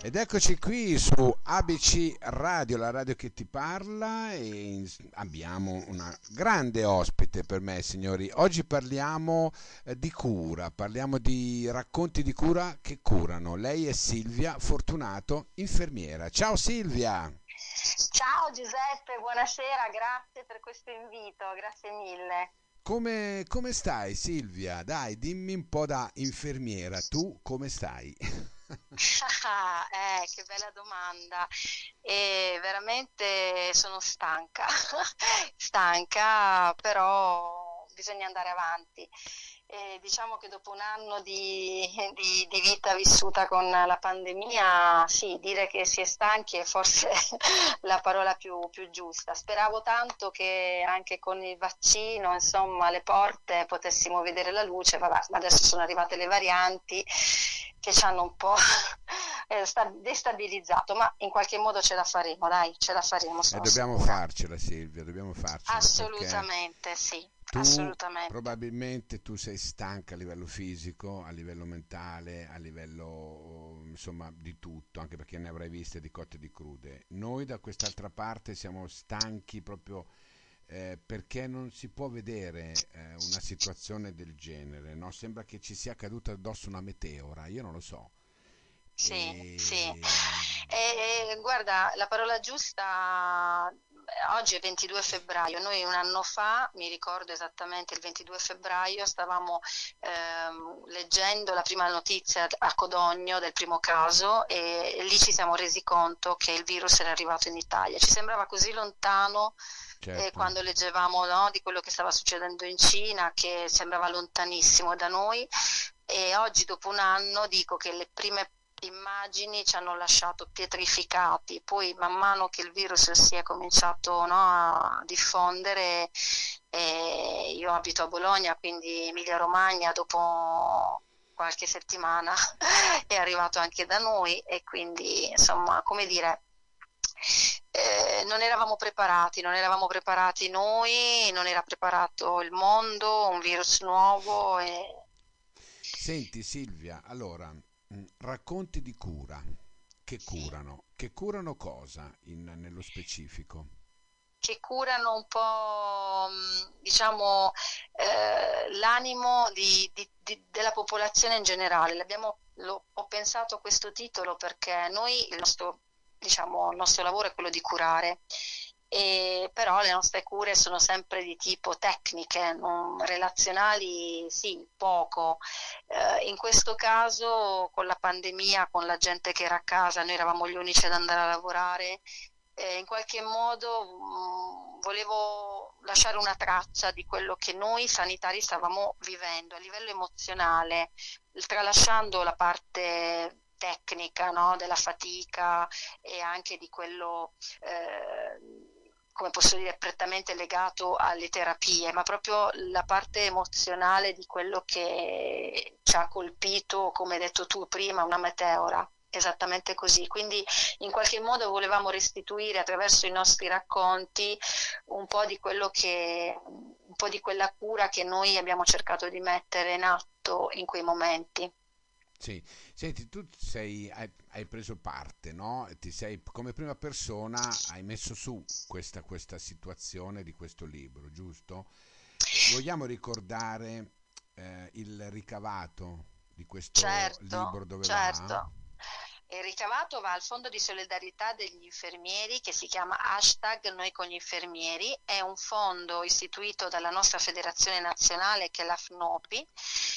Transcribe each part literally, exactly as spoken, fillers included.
Ed eccoci qui su A B C Radio, la radio che ti parla, e ins- abbiamo una grande ospite per me, signori. Oggi parliamo eh, di cura, parliamo di racconti di cura che curano. Lei è Silvia Fortunato, infermiera. Ciao Silvia! Ciao Giuseppe, buonasera, grazie per questo invito, grazie mille. Come, come stai Silvia? Dai, dimmi un po' da infermiera, tu come stai? Ah, eh, che bella domanda. E veramente sono stanca, stanca, però bisogna andare avanti. E diciamo che dopo un anno di, di- di vita vissuta con la pandemia, sì, dire che si è stanchi è forse la parola più, più giusta. Speravo tanto che anche con il vaccino, insomma, alle porte potessimo vedere la luce, vabbè, ma adesso sono arrivate le varianti che ci hanno un po' eh, sta- destabilizzato, ma in qualche modo ce la faremo, dai, ce la faremo, E sono dobbiamo sicura. farcela Silvia, dobbiamo farcela perché Assolutamente sì, tu assolutamente. probabilmente tu sei stanca a livello fisico, a livello mentale, a livello insomma di tutto, anche perché ne avrai viste di cotte e di crude. Noi da quest'altra parte siamo stanchi proprio eh, perché non si può vedere eh, una situazione del genere, no? Sembra che ci sia caduta addosso una meteora, io non lo so. Sì, sì. E... E, e, guarda, la parola giusta, eh, oggi è ventidue febbraio, noi un anno fa, mi ricordo esattamente il ventidue febbraio, stavamo ehm, leggendo la prima notizia a Codogno del primo caso e, e lì ci siamo resi conto che il virus era arrivato in Italia. Ci sembrava così lontano eh, Certo. quando leggevamo, no, di quello che stava succedendo in Cina, che sembrava lontanissimo da noi. E oggi, dopo un anno, dico che le prime immagini ci hanno lasciato pietrificati. Poi, man mano che il virus si è cominciato, no, a diffondere, eh, io abito a Bologna, quindi Emilia-Romagna, dopo qualche settimana è arrivato anche da noi e quindi, insomma, come dire, eh, non eravamo preparati, non eravamo preparati noi, non era preparato il mondo, un virus nuovo e Senti Silvia, allora, mh, racconti di cura, che sì, curano, che curano cosa in- nello specifico? che curano un po', mh, diciamo, eh, l'animo di- di- di- della popolazione in generale. L'abbiamo- lo- ho pensato a questo titolo perché noi, il nostro, diciamo, il nostro lavoro è quello di curare. E però le nostre cure sono sempre di tipo tecniche, non relazionali, sì, poco. Eh, in questo caso, con la pandemia, con la gente che era a casa, noi eravamo gli unici ad andare a lavorare, eh, in qualche modo mh, volevo lasciare una traccia di quello che noi sanitari stavamo vivendo a livello emozionale, tralasciando la parte tecnica, no, della fatica e anche di quello, eh, come posso dire, prettamente legato alle terapie, ma proprio la parte emozionale di quello che ci ha colpito, come hai detto tu prima, una meteora. Esattamente così, quindi in qualche modo volevamo restituire attraverso i nostri racconti un po' di quello che, un po' di quella cura che noi abbiamo cercato di mettere in atto in quei momenti. Sì, senti, tu sei, hai, hai preso parte, no? Ti sei, come prima persona hai messo su questa, questa situazione di questo libro, giusto? E vogliamo ricordare eh, il ricavato di questo libro Certo, dove va? certo. Il ricavato va al Fondo di solidarietà degli infermieri che si chiama hashtag Noi con gli infermieri, è un fondo istituito dalla nostra federazione nazionale che è la F N O P I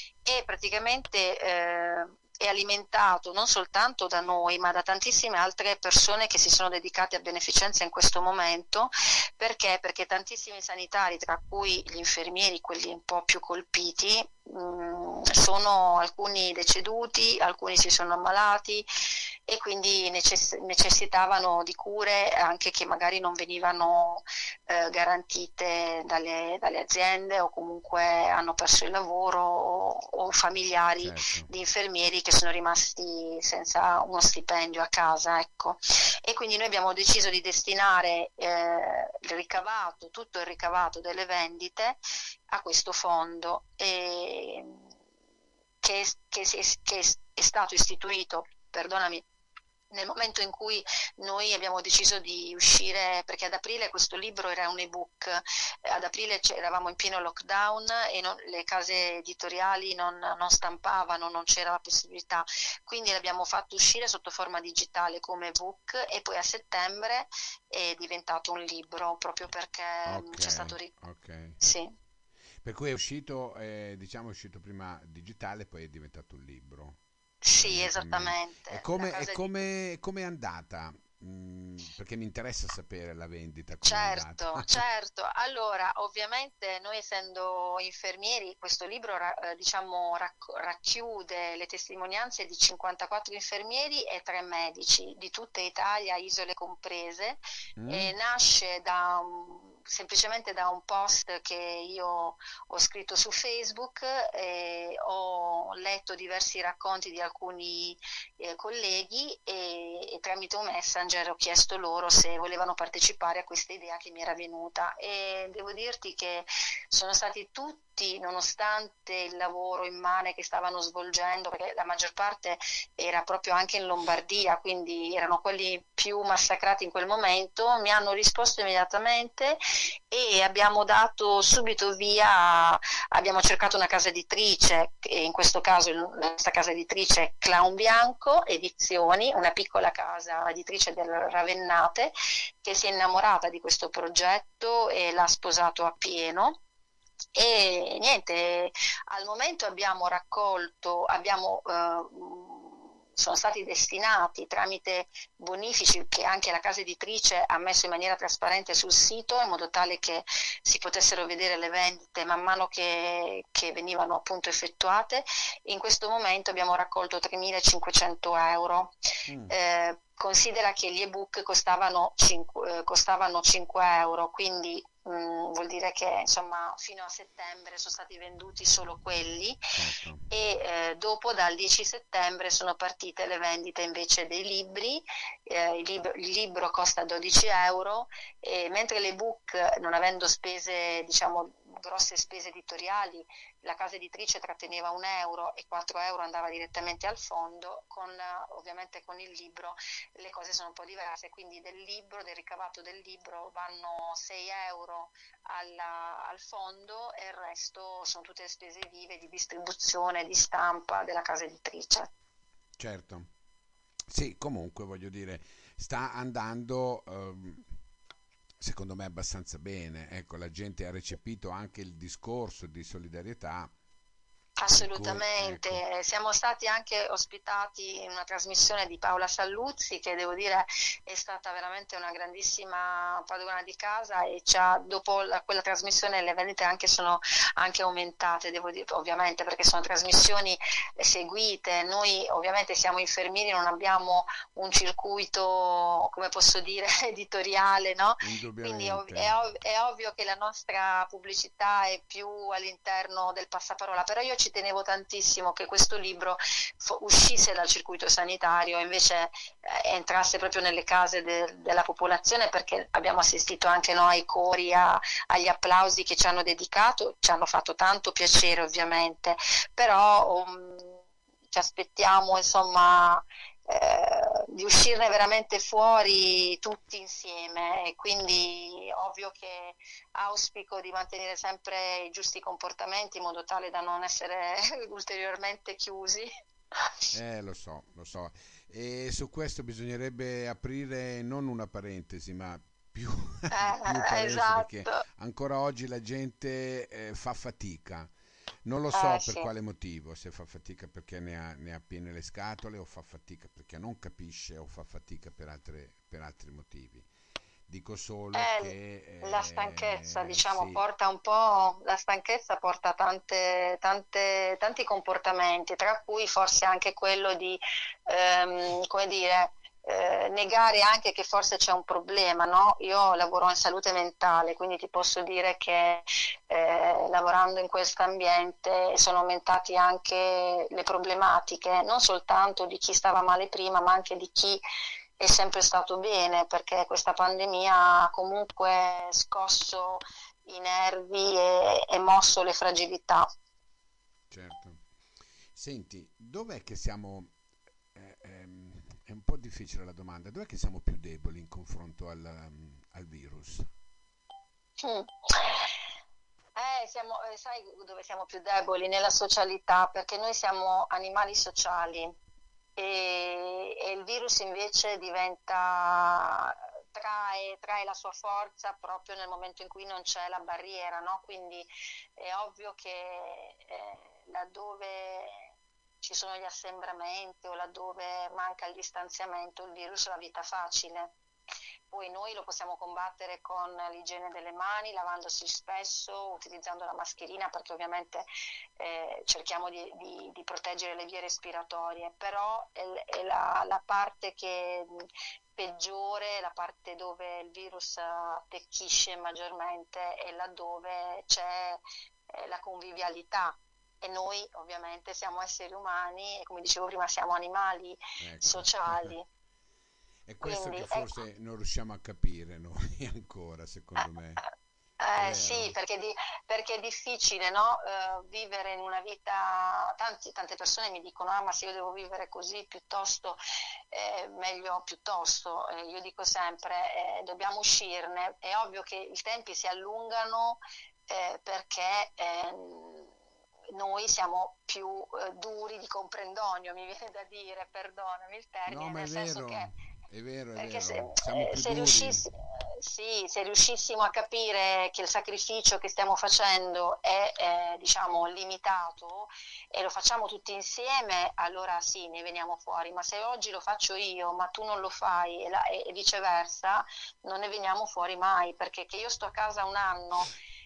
e praticamente eh, è alimentato non soltanto da noi ma da tantissime altre persone che si sono dedicate a beneficenza in questo momento. Perché? Perché tantissimi sanitari, tra cui gli infermieri, quelli un po' più colpiti, mh, sono alcuni deceduti, alcuni si sono ammalati e quindi necess- necessitavano di cure anche che magari non venivano eh, garantite dalle, dalle aziende o comunque hanno perso il lavoro o, o familiari Certo. di infermieri che sono rimasti senza uno stipendio a casa, ecco. E quindi noi abbiamo deciso di destinare eh, il ricavato, tutto il ricavato delle vendite a questo fondo e, che, che, che è stato istituito, perdonami, nel momento in cui noi abbiamo deciso di uscire, perché ad aprile questo libro era un ebook, eh, ad aprile c- eravamo in pieno lockdown e non- le case editoriali non, non stampavano, non c'era la possibilità, quindi l'abbiamo fatto uscire sotto forma digitale come ebook e poi a settembre è diventato un libro proprio perché mm, Ok, c'è stato... ri- ok. Sì, Per cui è uscito, eh, diciamo, è uscito prima digitale, poi è diventato un libro, sì, fondamentalmente. E esattamente. La come, e casa di... come, come è andata? Mm, perché mi interessa sapere la vendita, come è andata. Certo, certo. Allora, ovviamente noi essendo infermieri, questo libro ra- eh, diciamo, racco- racchiude le testimonianze di cinquantaquattro infermieri e tre medici di tutta Italia, isole comprese, Mm? e nasce da un- semplicemente da un post che io ho scritto su Facebook e ho letto diversi racconti di alcuni eh, colleghi e, e tramite un messenger ho chiesto loro se volevano partecipare a questa idea che mi era venuta e devo dirti che sono stati tutti, nonostante il lavoro immane che stavano svolgendo, perché la maggior parte era proprio anche in Lombardia, quindi erano quelli più massacrati in quel momento, mi hanno risposto immediatamente e abbiamo dato subito via, abbiamo cercato una casa editrice, e in questo caso il- questa casa editrice è Clown Bianco Edizioni, una piccola casa editrice del Ravennate, che si è innamorata di questo progetto e l'ha sposato appieno. E niente, al momento abbiamo raccolto, abbiamo, eh, sono stati destinati tramite bonifici che anche la casa editrice ha messo in maniera trasparente sul sito in modo tale che si potessero vedere le vendite man mano che, che venivano appunto effettuate. In questo momento abbiamo raccolto tremilacinquecento euro. Mm. Eh, considera che gli ebook costavano cinque, eh, costavano cinque euro, quindi mh, vuol dire che insomma fino a settembre sono stati venduti solo quelli Certo. e eh, dopo dal dieci settembre sono partite le vendite invece dei libri. Eh, il, libro, il libro costa dodici euro e mentre l'ebook, non avendo spese, diciamo, grosse spese editoriali, la casa editrice tratteneva un euro e quattro euro andava direttamente al fondo, con, ovviamente con il libro le cose sono un po' diverse, quindi del libro, del ricavato del libro vanno sei euro alla- al fondo e il resto sono tutte spese vive di distribuzione, di stampa della casa editrice. Certo. Sì, comunque voglio dire, sta andando, ehm, secondo me, abbastanza bene. Ecco, la gente ha recepito anche il discorso di solidarietà, per cui, ecco. Assolutamente, siamo stati anche ospitati in una trasmissione di Paola Salluzzi che devo dire è stata veramente una grandissima padrona di casa e c'ha, dopo la- quella trasmissione le vendite anche sono anche aumentate, devo dire, ovviamente perché sono trasmissioni seguite, noi ovviamente siamo infermieri, non abbiamo un circuito, come posso dire, editoriale, no? Quindi è, ov- Indubbiamente. è ov- è ovvio che la nostra pubblicità è più all'interno del passaparola, però io ci tenevo tantissimo che questo libro fo- uscisse dal circuito sanitario e invece eh, entrasse proprio nelle case de- della popolazione perché abbiamo assistito anche noi ai cori, a- agli applausi che ci hanno dedicato, ci hanno fatto tanto piacere ovviamente, però um, ci aspettiamo insomma eh, di uscirne veramente fuori tutti insieme e quindi ovvio che auspico di mantenere sempre i giusti comportamenti in modo tale da non essere ulteriormente chiusi. Eh, lo so, lo so. E su questo bisognerebbe aprire non una parentesi, ma più, più Eh, parentesi perché esatto, ancora oggi la gente eh, fa fatica. Non lo eh so per sì. quale motivo, se fa fatica perché ne ha, ne ha piene le scatole o fa fatica perché non capisce o fa fatica per, altre, per altri motivi. Dico solo Eh, la stanchezza, che eh, diciamo, sì, porta un po', la stanchezza porta tante, tante, tanti comportamenti, tra cui forse anche quello di, ehm, come dire, eh, negare anche che forse c'è un problema, no? Io lavoro in salute mentale, quindi ti posso dire che eh, lavorando in questo ambiente sono aumentati anche le problematiche, non soltanto di chi stava male prima, ma anche di chi è sempre stato bene perché questa pandemia ha comunque scosso i nervi e, e mosso le fragilità. certo. Senti, dov'è che siamo? eh, ehm, È un po' difficile la domanda. Dov'è che siamo più deboli in confronto al, um, al virus? Mm. Eh, siamo, eh, sai dove siamo più deboli? Nella socialità, perché noi siamo animali sociali e, e il virus invece diventa, trae, trae la sua forza proprio nel momento in cui non c'è la barriera, no? Quindi è ovvio che eh, laddove ci sono gli assembramenti o laddove manca il distanziamento, il virus ha la vita facile. Poi noi lo possiamo combattere con l'igiene delle mani, lavandosi spesso, utilizzando la mascherina, perché ovviamente eh, cerchiamo di, di, di proteggere le vie respiratorie, però è, è la, la parte che peggiore, la parte dove il virus attecchisce maggiormente è laddove c'è eh, la convivialità. E noi ovviamente siamo esseri umani e, come dicevo prima, siamo animali Ecco. sociali. È questo Quindi che ecco, forse non riusciamo a capire noi ancora, secondo me. È eh, eh, sì, vero? perché, di- perché è difficile, no? Eh, vivere in una vita, tanti- tante persone mi dicono, ah, ma se io devo vivere così, piuttosto, eh, meglio piuttosto. Eh, io dico sempre, eh, dobbiamo uscirne. È ovvio che i tempi si allungano, eh, perché ehm, noi siamo più eh, duri di comprendonio, mi viene da dire, perdonami il No, termine, ma è nel senso vero, che è vero, è perché se, vero. Siamo eh, più se duri. riuscissi- sì, se riuscissimo a capire che il sacrificio che stiamo facendo è, eh, diciamo, limitato e lo facciamo tutti insieme, allora sì, ne veniamo fuori, ma se oggi lo faccio io, ma tu non lo fai e, la- e- e viceversa, non ne veniamo fuori mai, perché che io sto a casa un anno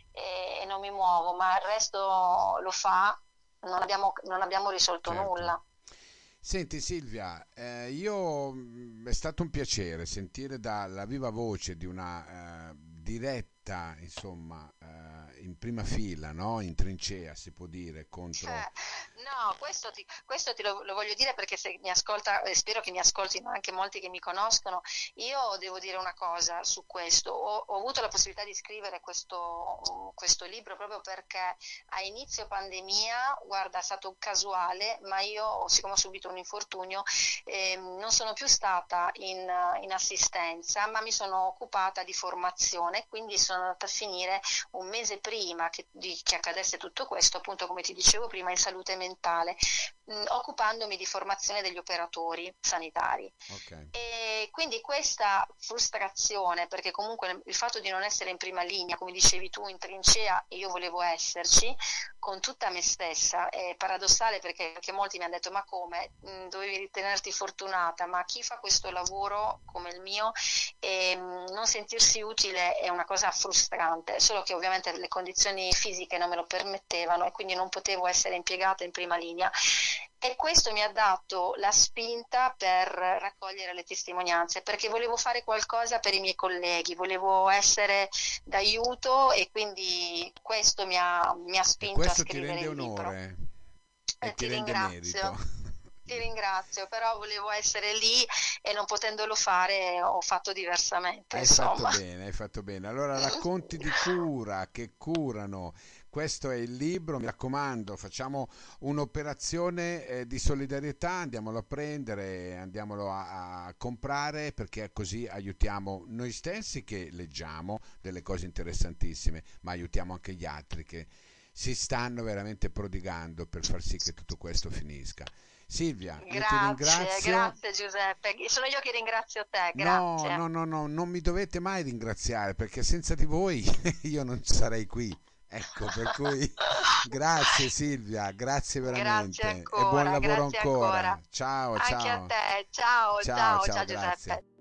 e, e non mi muovo, ma il resto lo fa, non abbiamo, non abbiamo risolto Certo. nulla. Senti Silvia, eh, io mh, è stato un piacere sentire dalla viva voce di una eh, diretta, insomma, eh, in prima fila, no? In trincea, si può dire, contro... Eh, no, questo ti, questo ti lo, lo voglio dire perché se mi ascolta, e spero che mi ascoltino anche molti che mi conoscono, io devo dire una cosa su questo. Ho, ho avuto la possibilità di scrivere questo, questo libro proprio perché a inizio pandemia, guarda, è stato casuale, ma io, siccome ho subito un infortunio, ehm, non sono più stata in, in assistenza, ma mi sono occupata di formazione, quindi sono andata a finire un mese prima che, di, che accadesse tutto questo, appunto come ti dicevo prima, in salute mentale, mh, occupandomi di formazione degli operatori sanitari. Ok, E quindi questa frustrazione, perché comunque il fatto di non essere in prima linea, come dicevi tu, in trincea, e io volevo esserci, con tutta me stessa, è paradossale perché, perché molti mi hanno detto ma come, mh, dovevi ritenerti fortunata, ma chi fa questo lavoro come il mio e mh, non sentirsi utile è una cosa frustrante, solo che ovviamente le condizioni fisiche non me lo permettevano e quindi non potevo essere impiegata in prima linea. E questo mi ha dato la spinta per raccogliere le testimonianze, perché volevo fare qualcosa per i miei colleghi, volevo essere d'aiuto e quindi questo mi ha, mi ha e spinto a questo ti scrivere rende il libro. onore e Eh, ti ti rende merito. ringrazio, ti ringrazio, però volevo essere lì e non potendolo fare ho fatto diversamente, Hai fatto insomma. bene, hai fatto bene. Allora, racconti di cura che curano. Questo è il libro, mi raccomando, facciamo un'operazione eh, di solidarietà, andiamolo a prendere, andiamolo a, a comprare perché così aiutiamo noi stessi che leggiamo delle cose interessantissime, ma aiutiamo anche gli altri che si stanno veramente prodigando per far sì che tutto questo finisca. Silvia, io ti Grazie, ringrazio. grazie Giuseppe. Sono io che ringrazio te, No, grazie. no, no, no, non mi dovete mai ringraziare perché senza di voi io non sarei qui. Ecco, per cui grazie Silvia, grazie Grazie veramente e buon ancora, lavoro grazie ancora. ancora. Ciao, Anche a ciao, te. Ciao, ciao, ciao, ciao, ciao Giuseppe. grazie.